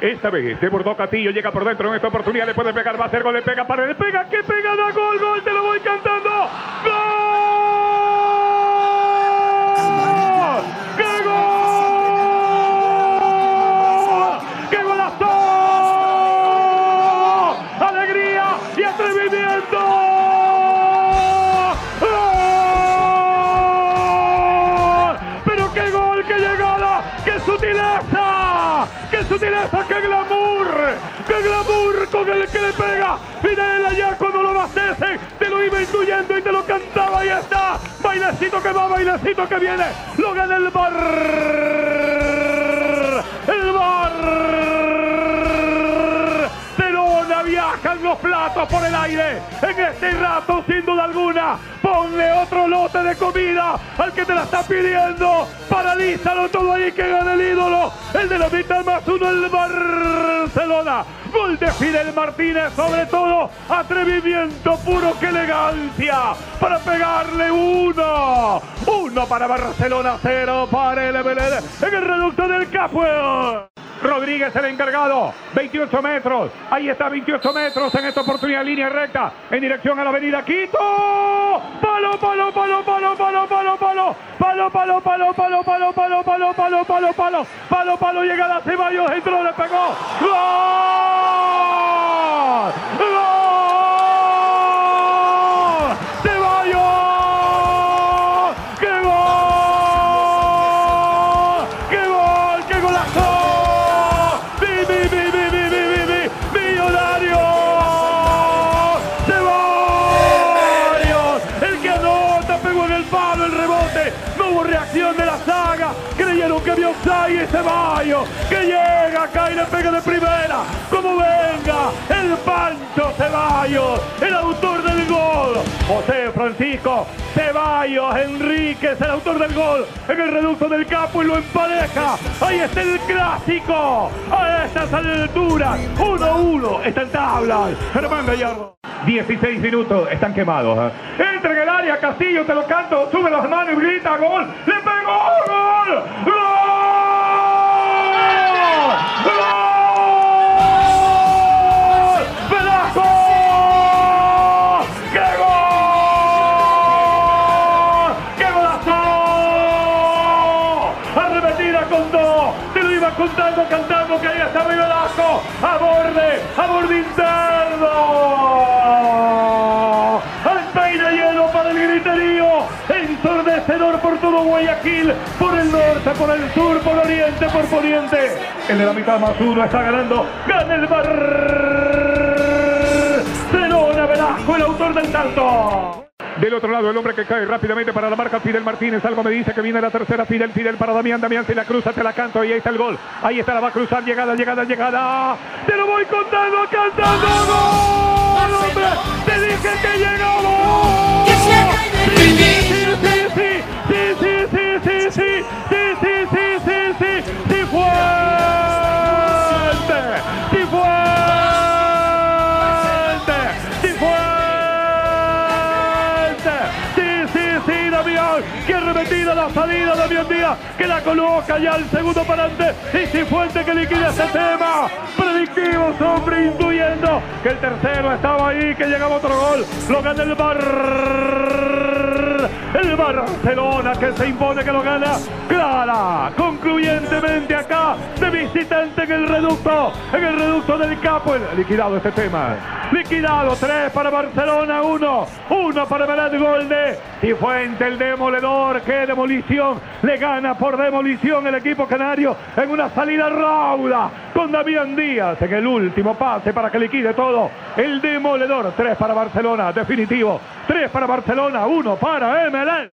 Esta vez desbordó Castillo, llega por dentro en esta oportunidad, le puede pegar, va a hacer gol, le pega, para, le pega, que pega, da gol, gol, te lo voy cantando. ¡Gol! ¡Qué gol! ¡Qué golazo! ¡Alegría y atrevimiento! ¡Gol! ¡Pero qué gol, qué llegada, qué sutileza! ¡Qué sutileza, qué glamour! ¡Qué glamour con el que le pega! Fidel allá cuando lo abastece, te lo iba intuyendo y te lo cantaba, ahí está. Bailecito que va, bailecito que viene. Lo gana el VAR. El VAR. Celona, viajan los platos por el aire. En este rato, sin duda alguna, ponle otro lote de comida al que te la está pidiendo. Paralízalo todo ahí, que gana el ídolo. El de la mitad más uno, el Barcelona. Gol de Fidel Martínez, sobre todo atrevimiento puro, que elegancia para pegarle uno para Barcelona, 0 para el MLD en el reducto del Capuel. Rodríguez el encargado, 28 metros, ahí está, 28 metros en esta oportunidad, línea recta en dirección a la avenida Quito. Palo, palo, palo, palo, palo, palo, palo, palo, palo, palo, palo, palo, palo, palo, palo, palo, palo, palo, palo, llegada Ceballos, entró, le pegó. ¡Gol! ¡Gol! ¡Ceballos! ¡Qué gol! ¡Qué gol! ¡Qué golazo! ¡Millonario! ¡Ceballos! El que anota, pegó en el palo, el rebote. No hubo reacción de la saga. Creyeron que había offside y Ceballos, que llega acá y le pega de primera. Como venga, el Pancho Ceballos, el autor del gol. José Francisco Ceballos Enríquez, el autor del gol en el reducto del Capo, y lo empareja. Ahí está el clásico. A estas alturas, 1-1, está en tablas. Germán Gallardo. 16 minutos, están quemados. Entra en el área, Castillo, te lo canto, sube las manos y grita, gol. ¡Le pegó! ¡Gol! ¡Gol! Contando, cantando, que ahí está Velasco, a borde interno, al peine lleno para el griterío, ensordecedor por todo Guayaquil, por el norte, por el sur, por oriente, por poniente. El de la mitad más uno está ganando, gana el Barcelona. Velasco, el autor del tanto. Del otro lado, el hombre que cae rápidamente para la marca, Fidel Martínez. Algo me dice que viene la tercera. Fidel para Damián. Damián se la cruza, te la canto. Y ahí está el gol. Ahí está, la va a cruzar. Llegada. Te lo voy contando, cantando. ¡Gol, hombre! ¡Te dije que llegamos! ¡Sí, fuerte! ¡Sí, fuerte! ¡Sí, fuerte! Sí, Damián, que arremetida la salida, Damián Díaz, que la coloca ya al segundo parante, y Cifuentes que liquida este tema. Predictivos, hombre, intuyendo que el tercero estaba ahí, que llegaba otro gol, lo gana el Barcelona, que se impone, que lo gana clara, concluyentemente acá, de visitante en el reducto del Capo. Liquidado este tema, liquidado. 3 para Barcelona, 1 para Velet, gol de Cifuentes, el demoledor. ¡Qué demolición! Le gana por demolición el equipo canario en una salida rauda con Damián Díaz en el último pase para que liquide todo. El demoledor. 3 para Barcelona, definitivo. 3 para Barcelona, 1 para MLE.